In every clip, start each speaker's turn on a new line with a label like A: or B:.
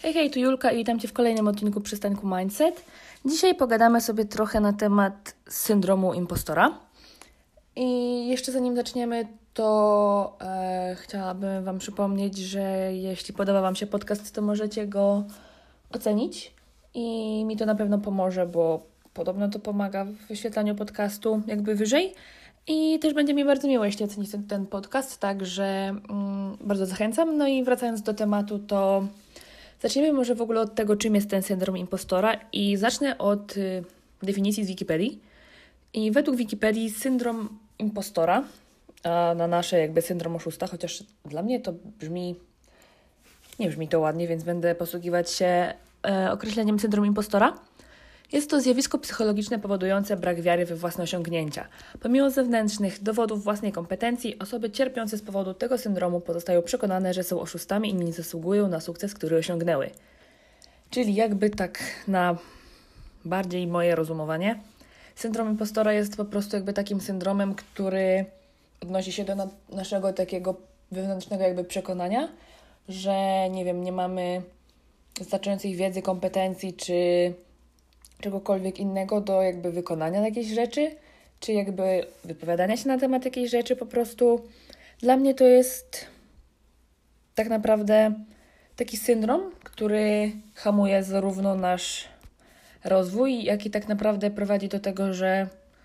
A: Hej, tu Julka i witam Cię w kolejnym odcinku Przystanku Mindset. Dzisiaj pogadamy sobie trochę na temat syndromu impostora. I jeszcze zanim zaczniemy, to chciałabym Wam przypomnieć, że jeśli podoba Wam się podcast, to możecie go ocenić i mi to na pewno pomoże, bo podobno to pomaga w wyświetlaniu podcastu jakby wyżej. I też będzie mi bardzo miło, jeśli ocenicie ten podcast, także bardzo zachęcam. No i wracając do tematu, to zacznijmy może w ogóle od tego, czym jest ten syndrom impostora i zacznę od definicji z Wikipedii. I według Wikipedii syndrom impostora, a na nasze jakby syndrom oszusta, chociaż dla mnie to nie brzmi to ładnie, więc będę posługiwać się określeniem syndrom impostora. Jest to zjawisko psychologiczne powodujące brak wiary we własne osiągnięcia. Pomimo zewnętrznych dowodów własnej kompetencji, osoby cierpiące z powodu tego syndromu pozostają przekonane, że są oszustami i nie zasługują na sukces, który osiągnęły. Czyli jakby tak na bardziej moje rozumowanie, syndrom impostora jest po prostu jakby takim syndromem, który odnosi się do naszego takiego wewnętrznego jakby przekonania, że nie mamy wystarczającej wiedzy, kompetencji czy czegokolwiek innego do jakby wykonania jakiejś rzeczy, czy jakby wypowiadania się na temat jakiejś rzeczy po prostu. Dla mnie to jest tak naprawdę taki syndrom, który hamuje zarówno nasz rozwój, jak i tak naprawdę prowadzi do tego, że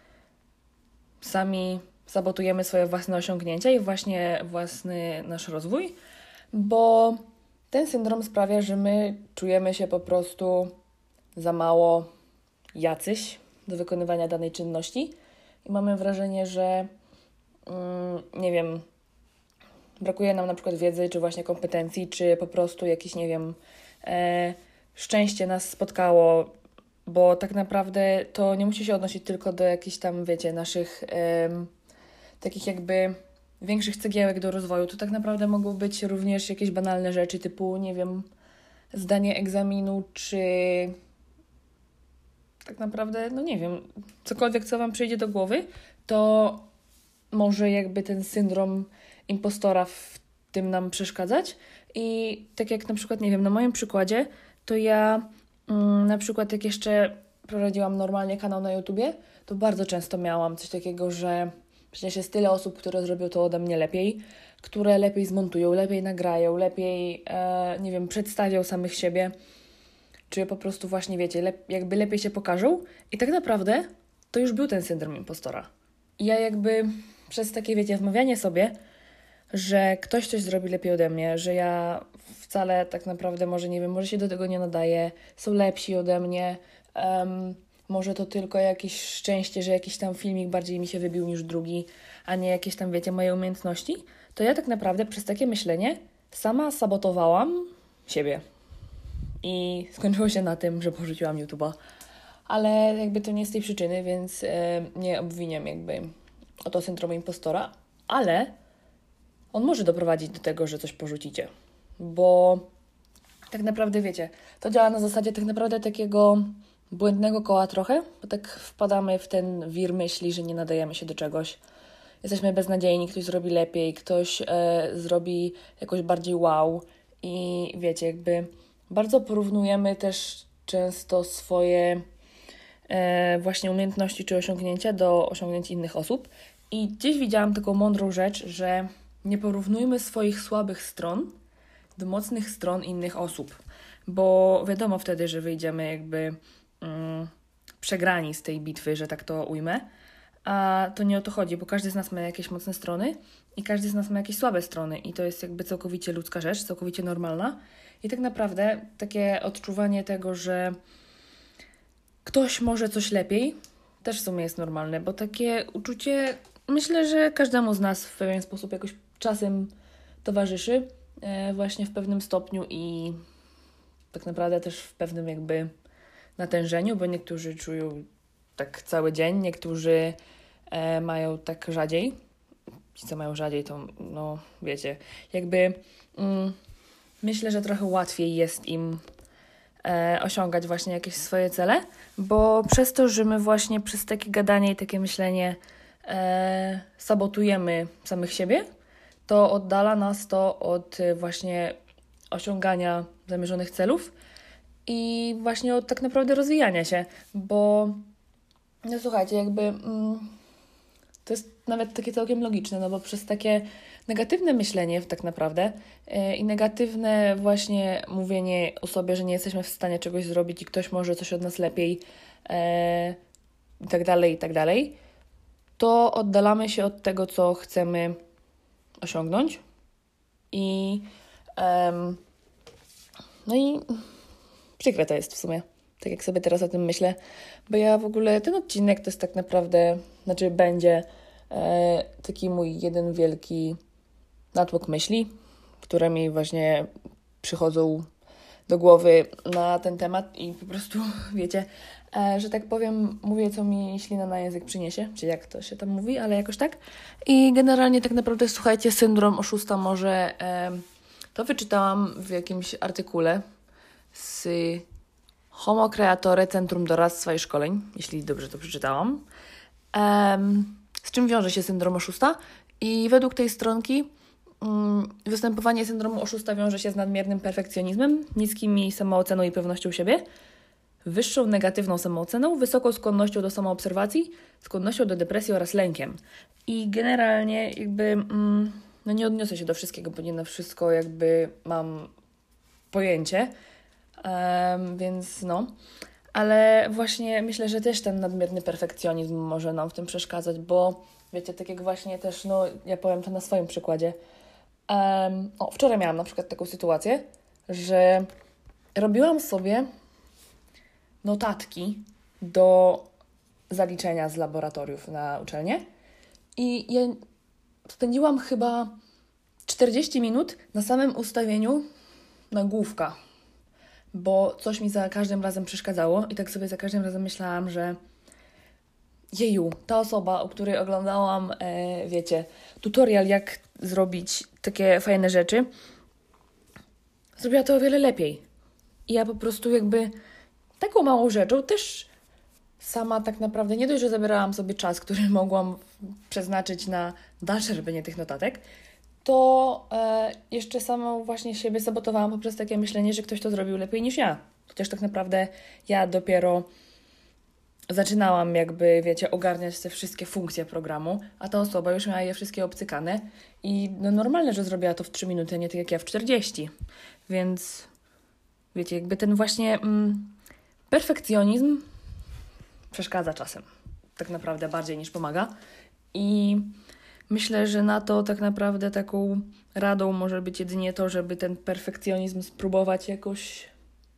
A: sami sabotujemy swoje własne osiągnięcia i właśnie własny nasz rozwój, bo ten syndrom sprawia, że my czujemy się po prostu za mało jacyś do wykonywania danej czynności i mamy wrażenie, że brakuje nam na przykład wiedzy, czy właśnie kompetencji, czy po prostu jakieś, szczęście nas spotkało, bo tak naprawdę to nie musi się odnosić tylko do jakichś tam, naszych takich jakby większych cegiełek do rozwoju. To tak naprawdę mogą być również jakieś banalne rzeczy typu, zdanie egzaminu, czy tak naprawdę, cokolwiek, co Wam przyjdzie do głowy, to może jakby ten syndrom impostora w tym nam przeszkadzać. I tak jak na przykład, na moim przykładzie, to ja na przykład jak jeszcze prowadziłam normalnie kanał na YouTubie, to bardzo często miałam coś takiego, że przecież jest tyle osób, które zrobią to ode mnie lepiej, które lepiej zmontują, lepiej nagrają, lepiej, przedstawią samych siebie, czy po prostu właśnie, jakby lepiej się pokażą. I tak naprawdę to już był ten syndrom impostora. I ja jakby przez takie, wmawianie sobie, że ktoś coś zrobi lepiej ode mnie, że ja wcale tak naprawdę może się do tego nie nadaję, są lepsi ode mnie, może to tylko jakieś szczęście, że jakiś tam filmik bardziej mi się wybił niż drugi, a nie jakieś tam, moje umiejętności, to ja tak naprawdę przez takie myślenie sama sabotowałam siebie. I skończyło się na tym, że porzuciłam YouTube'a. Ale jakby to nie z tej przyczyny, więc nie obwiniam jakby o to syndrom impostora, ale on może doprowadzić do tego, że coś porzucicie. Bo tak naprawdę to działa na zasadzie tak naprawdę takiego błędnego koła trochę, bo tak wpadamy w ten wir myśli, że nie nadajemy się do czegoś. Jesteśmy beznadziejni, ktoś zrobi lepiej, ktoś zrobi jakoś bardziej wow. I jakby bardzo porównujemy też często swoje właśnie umiejętności czy osiągnięcia do osiągnięć innych osób. I gdzieś widziałam taką mądrą rzecz, że nie porównujmy swoich słabych stron do mocnych stron innych osób. Bo wiadomo wtedy, że wyjdziemy jakby przegrani z tej bitwy, że tak to ujmę. A to nie o to chodzi, bo każdy z nas ma jakieś mocne strony i każdy z nas ma jakieś słabe strony i to jest jakby całkowicie ludzka rzecz, całkowicie normalna. I tak naprawdę takie odczuwanie tego, że ktoś może coś lepiej, też w sumie jest normalne, bo takie uczucie myślę, że każdemu z nas w pewien sposób jakoś czasem towarzyszy, właśnie w pewnym stopniu i tak naprawdę też w pewnym jakby natężeniu, bo niektórzy czują tak cały dzień, niektórzy mają tak rzadziej. Ci, co mają rzadziej, to myślę, że trochę łatwiej jest im osiągać właśnie jakieś swoje cele, bo przez to, że my właśnie przez takie gadanie i takie myślenie sabotujemy samych siebie, to oddala nas to od właśnie osiągania zamierzonych celów i właśnie od tak naprawdę rozwijania się, bo no słuchajcie, jakby to jest nawet takie całkiem logiczne, no bo przez takie negatywne myślenie tak naprawdę i negatywne właśnie mówienie o sobie, że nie jesteśmy w stanie czegoś zrobić i ktoś może coś od nas lepiej i tak dalej, to oddalamy się od tego, co chcemy osiągnąć i no i przykre to jest w sumie, tak jak sobie teraz o tym myślę, bo ja w ogóle ten odcinek to jest tak naprawdę, będzie taki mój jeden wielki natłok myśli, które mi właśnie przychodzą do głowy na ten temat i po prostu, wiecie, że tak powiem, mówię, co mi ślina na język przyniesie, czy jak to się tam mówi, ale jakoś tak. I generalnie tak naprawdę, słuchajcie, syndrom oszusta może, to wyczytałam w jakimś artykule z Homo Creatore Centrum Doradztwa i Szkoleń, jeśli dobrze to przeczytałam. Z czym wiąże się syndrom oszusta? I według tej stronki występowanie syndromu oszusta wiąże się z nadmiernym perfekcjonizmem, niskimi samooceną i pewnością siebie, wyższą negatywną samooceną, wysoką skłonnością do samoobserwacji, skłonnością do depresji oraz lękiem. I generalnie jakby no nie odniosę się do wszystkiego, bo nie na wszystko jakby mam pojęcie, więc no. Ale właśnie myślę, że też ten nadmierny perfekcjonizm może nam w tym przeszkadzać, bo wiecie, tak jak właśnie też, no ja powiem to na swoim przykładzie. Wczoraj miałam na przykład taką sytuację, że robiłam sobie notatki do zaliczenia z laboratoriów na uczelnię i ja spędziłam chyba 40 minut na samym ustawieniu nagłówka, bo coś mi za każdym razem przeszkadzało i tak sobie za każdym razem myślałam, że jeju, ta osoba, o której oglądałam, wiecie, tutorial, jak zrobić takie fajne rzeczy, zrobiła to o wiele lepiej. I ja po prostu jakby taką małą rzeczą też sama tak naprawdę nie dość, że zabierałam sobie czas, który mogłam przeznaczyć na dalsze robienie tych notatek, to jeszcze samą właśnie siebie sabotowałam poprzez takie myślenie, że ktoś to zrobił lepiej niż ja. Chociaż tak naprawdę ja dopiero zaczynałam jakby, wiecie, ogarniać te wszystkie funkcje programu, a ta osoba już miała je wszystkie obcykane i no normalne, że zrobiła to w 3 minuty, nie tak jak ja w 40. Więc wiecie, jakby ten właśnie perfekcjonizm przeszkadza czasem. Tak naprawdę bardziej niż pomaga. I myślę, że na to tak naprawdę taką radą może być jedynie to, żeby ten perfekcjonizm spróbować jakoś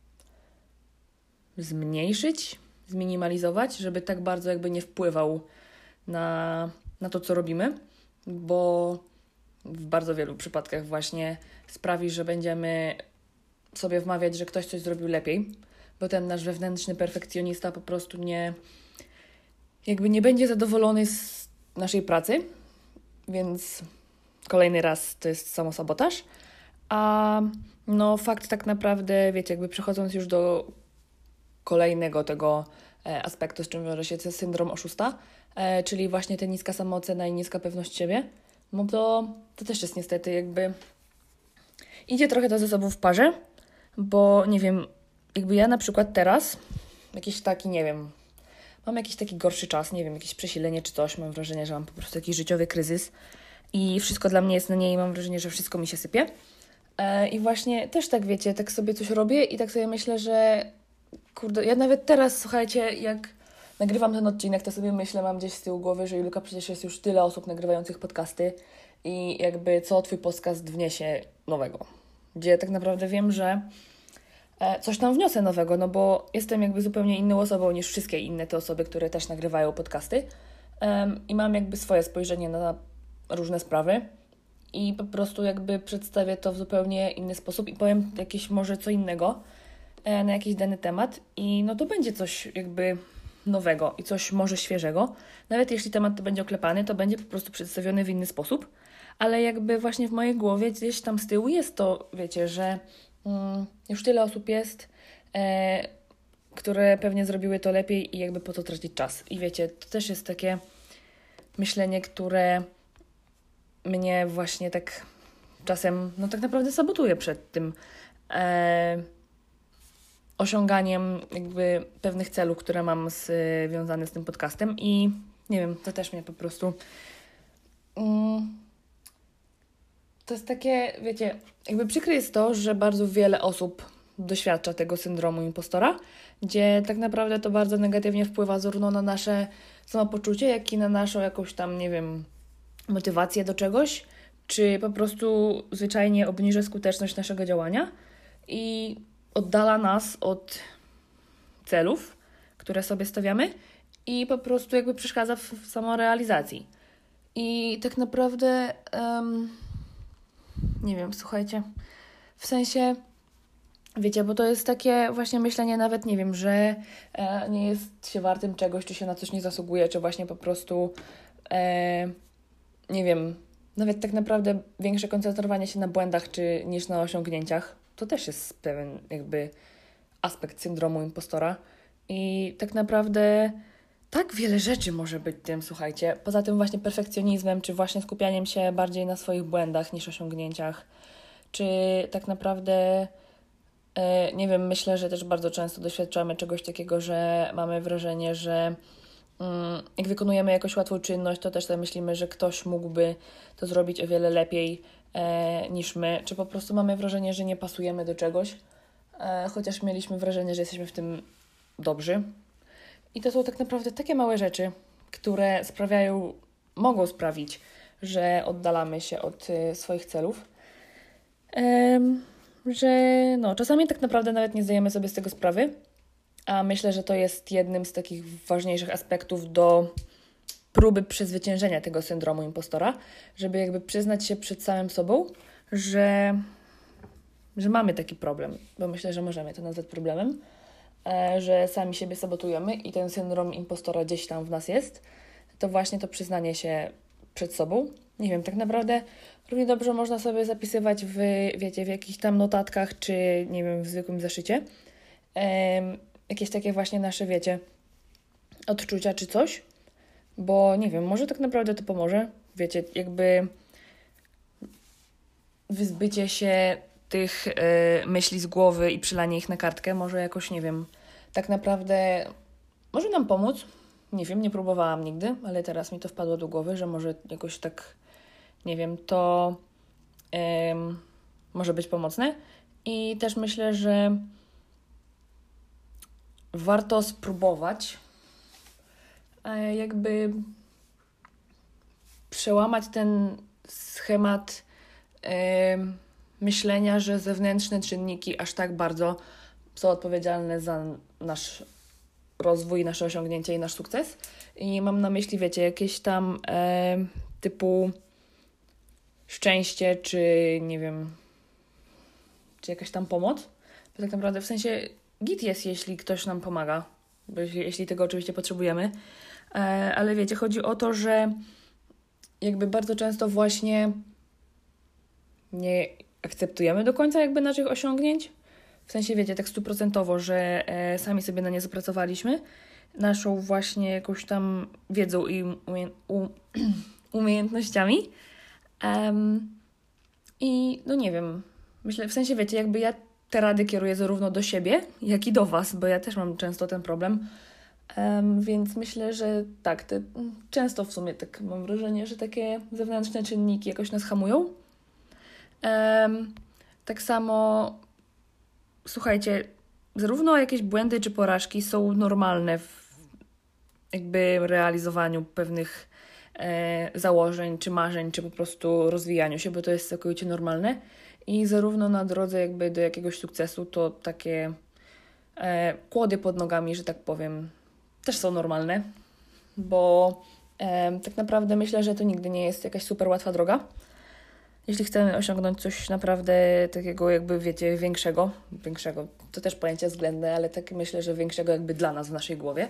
A: zmniejszyć, zminimalizować, żeby tak bardzo jakby nie wpływał na to, co robimy, bo w bardzo wielu przypadkach właśnie sprawi, że będziemy sobie wmawiać, że ktoś coś zrobił lepiej, bo ten nasz wewnętrzny perfekcjonista po prostu nie będzie zadowolony z naszej pracy, więc kolejny raz to jest samosabotaż. A no fakt tak naprawdę, wiecie, jakby przechodząc już do kolejnego tego aspektu, z czym wiąże się syndrom oszusta, czyli właśnie ta niska samoocena i niska pewność siebie, no to też jest niestety jakby idzie trochę to ze sobą w parze, bo nie wiem, jakby ja na przykład teraz jakiś taki, nie wiem, mam jakiś taki gorszy czas, nie wiem, jakieś przesilenie czy coś, mam wrażenie, że mam po prostu jakiś życiowy kryzys i wszystko dla mnie jest na niej i mam wrażenie, że wszystko mi się sypie. I właśnie też tak, wiecie, tak sobie coś robię i tak sobie myślę, że kurde, ja nawet teraz, słuchajcie, jak nagrywam ten odcinek, to sobie myślę, mam gdzieś z tyłu głowy, że Julka, przecież jest już tyle osób nagrywających podcasty i jakby co twój podcast wniesie nowego. Gdzie tak naprawdę wiem, że coś tam wniosę nowego, no bo jestem jakby zupełnie inną osobą niż wszystkie inne te osoby, które też nagrywają podcasty i mam jakby swoje spojrzenie na różne sprawy i po prostu jakby przedstawię to w zupełnie inny sposób i powiem jakieś może co innego na jakiś dany temat i no to będzie coś jakby nowego i coś może świeżego. Nawet jeśli temat to będzie oklepany, to będzie po prostu przedstawiony w inny sposób, ale jakby właśnie w mojej głowie gdzieś tam z tyłu jest to, wiecie, że już tyle osób jest, które pewnie zrobiły to lepiej i jakby po to tracić czas. I wiecie, to też jest takie myślenie, które mnie właśnie tak czasem, no tak naprawdę sabotuje przed tym, osiąganiem jakby pewnych celów, które mam związane z tym podcastem i nie wiem, to też mnie po prostu to jest takie, wiecie, jakby przykre jest to, że bardzo wiele osób doświadcza tego syndromu impostora, gdzie tak naprawdę to bardzo negatywnie wpływa zarówno na nasze samopoczucie, jak i na naszą jakąś tam, nie wiem, motywację do czegoś, czy po prostu zwyczajnie obniża skuteczność naszego działania i oddala nas od celów, które sobie stawiamy i po prostu jakby przeszkadza w samorealizacji. I tak naprawdę nie wiem, słuchajcie, w sensie wiecie, bo to jest takie właśnie myślenie nawet, nie wiem, że nie jest się wartym czegoś, czy się na coś nie zasługuje, czy właśnie po prostu nie wiem, nawet tak naprawdę większe koncentrowanie się na błędach niż na osiągnięciach, to też jest pewien jakby aspekt syndromu impostora i tak naprawdę tak wiele rzeczy może być tym, słuchajcie, poza tym właśnie perfekcjonizmem, czy właśnie skupianiem się bardziej na swoich błędach niż osiągnięciach, czy tak naprawdę nie wiem, myślę, że też bardzo często doświadczamy czegoś takiego, że mamy wrażenie, że jak wykonujemy jakąś łatwą czynność, to też sobie myślimy, że ktoś mógłby to zrobić o wiele lepiej niż my, czy po prostu mamy wrażenie, że nie pasujemy do czegoś, chociaż mieliśmy wrażenie, że jesteśmy w tym dobrzy. I to są tak naprawdę takie małe rzeczy, które mogą sprawić, że oddalamy się od swoich celów. Że no, czasami tak naprawdę nawet nie zdajemy sobie z tego sprawy, a myślę, że to jest jednym z takich ważniejszych aspektów do próby przezwyciężenia tego syndromu impostora, żeby jakby przyznać się przed samym sobą, że mamy taki problem, bo myślę, że możemy to nazwać problemem, że sami siebie sabotujemy i ten syndrom impostora gdzieś tam w nas jest, to właśnie to przyznanie się przed sobą. Nie wiem, tak naprawdę równie dobrze można sobie zapisywać w jakichś tam notatkach, czy nie wiem, w zwykłym zeszycie. Jakieś takie właśnie nasze, odczucia czy coś, bo nie wiem, może tak naprawdę to pomoże. Wiecie, jakby wyzbycie się tych myśli z głowy i przylanie ich na kartkę może jakoś, nie wiem, tak naprawdę może nam pomóc. Nie wiem, nie próbowałam nigdy, ale teraz mi to wpadło do głowy, że może jakoś tak, nie wiem, to może być pomocne. I też myślę, że warto spróbować jakby przełamać ten schemat myślenia, że zewnętrzne czynniki aż tak bardzo są odpowiedzialne za nasz rozwój, nasze osiągnięcie i nasz sukces. I mam na myśli, jakieś tam typu szczęście, czy nie wiem, czy jakaś tam pomoc. Bo tak naprawdę w sensie git jest, jeśli ktoś nam pomaga, bo jeśli tego oczywiście potrzebujemy. Ale chodzi o to, że jakby bardzo często właśnie nie akceptujemy do końca jakby naszych osiągnięć. W sensie, tak 100%, że sami sobie na nie zapracowaliśmy. Naszą właśnie jakąś tam wiedzą i umiejętnościami. I no nie wiem, myślę, w sensie jakby ja te rady kieruję zarówno do siebie, jak i do Was, bo ja też mam często ten problem. Więc myślę, że tak, często w sumie tak mam wrażenie, że takie zewnętrzne czynniki jakoś nas hamują. Tak samo, słuchajcie, zarówno jakieś błędy czy porażki są normalne w jakby realizowaniu pewnych założeń, czy marzeń, czy po prostu rozwijaniu się, bo to jest całkowicie normalne. I zarówno na drodze jakby do jakiegoś sukcesu to takie kłody pod nogami, że tak powiem, też są normalne, bo tak naprawdę myślę, że to nigdy nie jest jakaś super łatwa droga. Jeśli chcemy osiągnąć coś naprawdę takiego jakby, większego, to też pojęcie względne, ale tak myślę, że większego jakby dla nas w naszej głowie.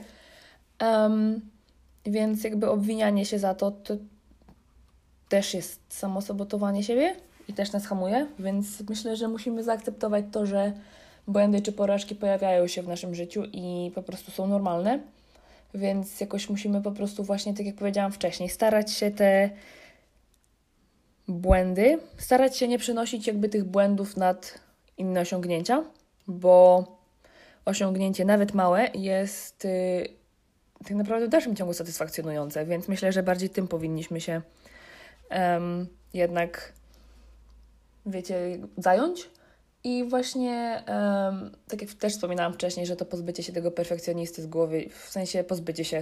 A: Więc jakby obwinianie się za to też jest samosabotowanie siebie i też nas hamuje, więc myślę, że musimy zaakceptować to, że błędy czy porażki pojawiają się w naszym życiu i po prostu są normalne, więc jakoś musimy po prostu właśnie, tak jak powiedziałam wcześniej, starać się starać się nie przenosić jakby tych błędów nad inne osiągnięcia, bo osiągnięcie nawet małe jest tak naprawdę w dalszym ciągu satysfakcjonujące, więc myślę, że bardziej tym powinniśmy się jednak, wiecie, zająć. I właśnie, tak jak też wspominałam wcześniej, że to pozbycie się tego perfekcjonisty z głowy, w sensie pozbycie się,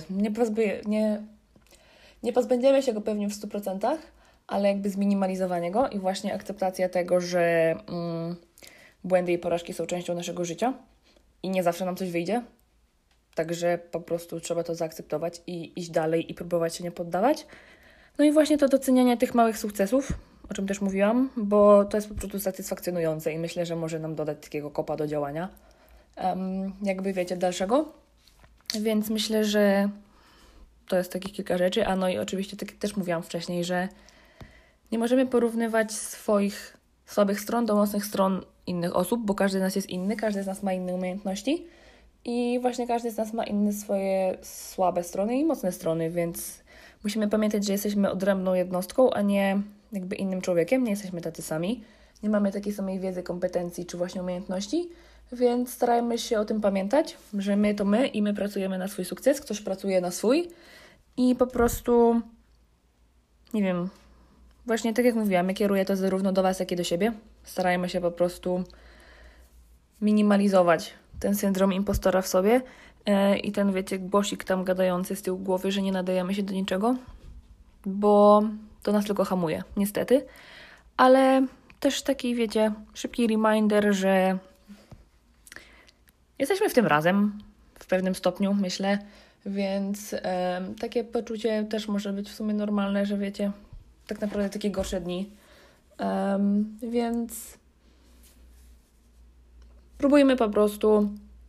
A: nie pozbędziemy się go pewnie w 100%, ale jakby zminimalizowanie go i właśnie akceptacja tego, że błędy i porażki są częścią naszego życia i nie zawsze nam coś wyjdzie. Także po prostu trzeba to zaakceptować i iść dalej i próbować się nie poddawać. No i właśnie to docenianie tych małych sukcesów, o czym też mówiłam, bo to jest po prostu satysfakcjonujące i myślę, że może nam dodać takiego kopa do działania, jakby wiecie, dalszego. Więc myślę, że to jest takich kilka rzeczy. A no i oczywiście, tak jak też mówiłam wcześniej, że nie możemy porównywać swoich słabych stron do mocnych stron innych osób, bo każdy z nas jest inny, każdy z nas ma inne umiejętności i właśnie każdy z nas ma inne swoje słabe strony i mocne strony, więc musimy pamiętać, że jesteśmy odrębną jednostką, a nie jakby innym człowiekiem, nie jesteśmy tacy sami, nie mamy takiej samej wiedzy, kompetencji czy właśnie umiejętności, więc starajmy się o tym pamiętać, że my to my i my pracujemy na swój sukces, ktoś pracuje na swój i po prostu, nie wiem, właśnie tak jak mówiłam, ja kieruję to zarówno do Was, jak i do siebie. Starajmy się po prostu minimalizować ten syndrom impostora w sobie i ten, wiecie, głosik tam gadający z tyłu głowy, że nie nadajemy się do niczego, bo to nas tylko hamuje, niestety. Ale też taki, wiecie, szybki reminder, że jesteśmy w tym razem, w pewnym stopniu, myślę, więc takie poczucie też może być w sumie normalne, że wiecie, tak naprawdę takie gorsze dni. Więc próbujmy po prostu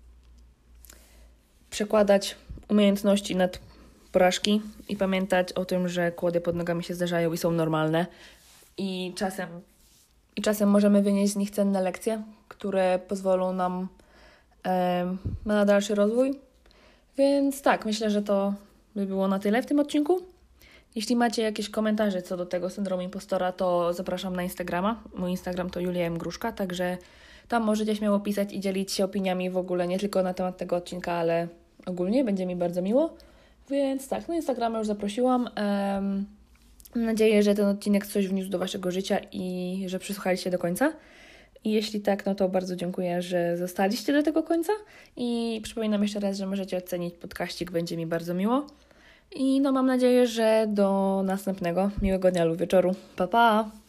A: przekładać umiejętności nad porażki i pamiętać o tym, że kłody pod nogami się zdarzają i są normalne. I czasem możemy wynieść z nich cenne lekcje, które pozwolą nam na dalszy rozwój. Więc tak, myślę, że to by było na tyle w tym odcinku. Jeśli macie jakieś komentarze co do tego syndromu impostora, to zapraszam na Instagrama. Mój Instagram to Julia M. Gruszka, także tam możecie śmiało pisać i dzielić się opiniami w ogóle, nie tylko na temat tego odcinka, ale ogólnie, będzie mi bardzo miło. Więc tak, na Instagrama już zaprosiłam. Mam nadzieję, że ten odcinek coś wniósł do Waszego życia i że przysłuchaliście do końca. I jeśli tak, no to bardzo dziękuję, że zostaliście do tego końca. I przypominam jeszcze raz, że możecie ocenić podcaścik, będzie mi bardzo miło. I no mam nadzieję, że do następnego miłego dnia lub wieczoru. Pa, pa!